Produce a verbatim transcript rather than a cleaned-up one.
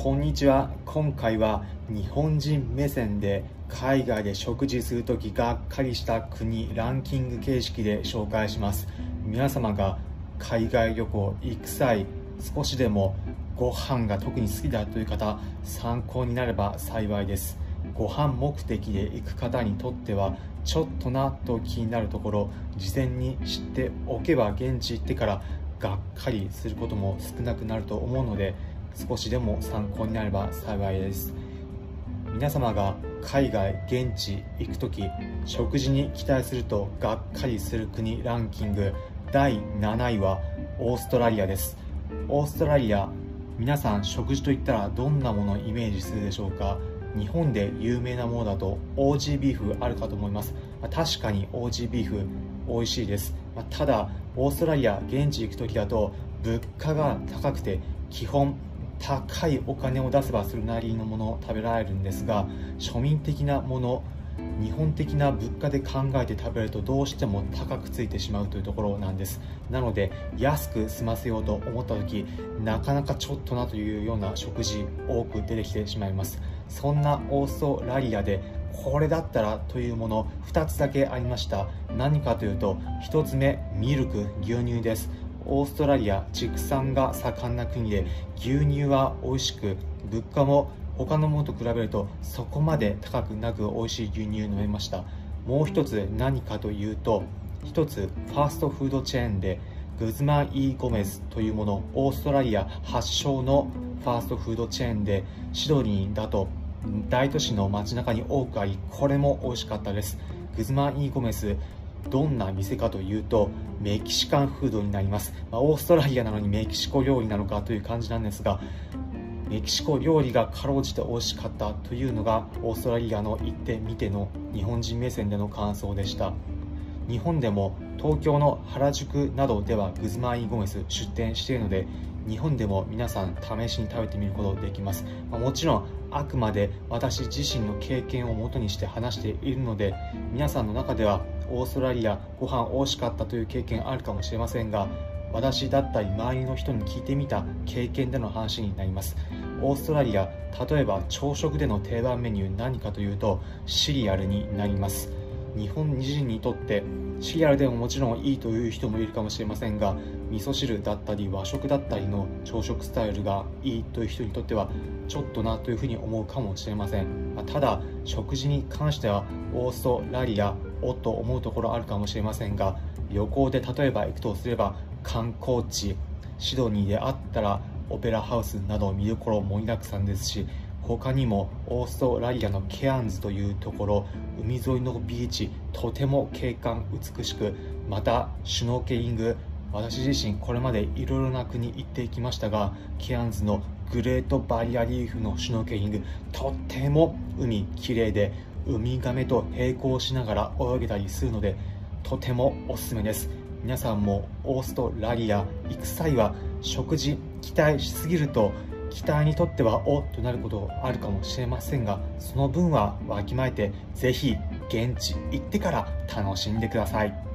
こんにちは。今回は日本人目線で海外で食事するときがっかりした国ランキング形式で紹介します。皆様が海外旅行行く際、少しでもご飯が特に好きだという方、参考になれば幸いです。ご飯目的で行く方にとってはちょっとなと気になるところ、事前に知っておけば現地行ってからがっかりすることも少なくなると思うので、少しでも参考になれば幸いです。皆様が海外現地行くとき、食事に期待するとがっかりする国ランキングだいなないはオーストラリアです。オーストラリア、皆さん食事といったらどんなものをイメージするでしょうか。日本で有名なものだとオージービーフあるかと思います。確かにオージービーフ美味しいです。ただオーストラリア現地行くときだと物価が高くて、基本高いお金を出せばするなりのものを食べられるんですが、庶民的なもの、日本的な物価で考えて食べるとどうしても高くついてしまうというところなんです。なので安く済ませようと思った時、なかなかちょっとなというような食事多く出てきてしまいます。そんなオーストラリアでこれだったらというものふたつだけありました。何かというと、ひとつめミルク、牛乳です。オーストラリア畜産が盛んな国で、牛乳は美味しく、物価も他のものと比べるとそこまで高くなく美味しい牛乳飲めました。もう一つ何かというと、一つファーストフードチェーンでグズマン・イー・ゴメズというもの、オーストラリア発祥のファーストフードチェーンで、シドニーだと大都市の街中に多くあり、これも美味しかったです。グズマン・イー・ゴメズ、どんな店かというとメキシカンフードになります。まあ、オーストラリアなのにメキシコ料理なのかという感じなんですが、メキシコ料理がかろうじて美味しかったというのがオーストラリアの行ってみての日本人目線での感想でした。日本でも東京の原宿などではグズマン・イー・ゴメス出店しているので、日本でも皆さん試しに食べてみることができます。まあ、もちろんあくまで私自身の経験をもとにして話しているので、皆さんの中ではオーストラリアご飯美味しかったという経験あるかもしれませんが、私だったり周りの人に聞いてみた経験での話になります。オーストラリア、例えば朝食での定番メニュー何かというとシリアルになります。日本人にとってシリアルでももちろんいいという人もいるかもしれませんが、味噌汁だったり和食だったりの朝食スタイルがいいという人にとってはちょっとなというふうに思うかもしれません。ただ食事に関してはオーストラリアおと思うところあるかもしれませんが、旅行で例えば行くとすれば観光地、シドニーであったらオペラハウスなど見どころ盛りだくさんですし、他にもオーストラリアのケアンズというところ、海沿いのビーチ、とても景観美しく、またシュノーケリング、私自身これまでいろいろな国行ってきましたが、ケアンズのグレートバリアリーフのシュノーケリング、とっても海きれいで、ウミガメと並行しながら泳げたりするのでとてもおすすめです。皆さんもオーストラリア行く際は食事期待しすぎると期待にとってはおっとなることあるかもしれませんが、その分はわきまえてぜひ現地行ってから楽しんでください。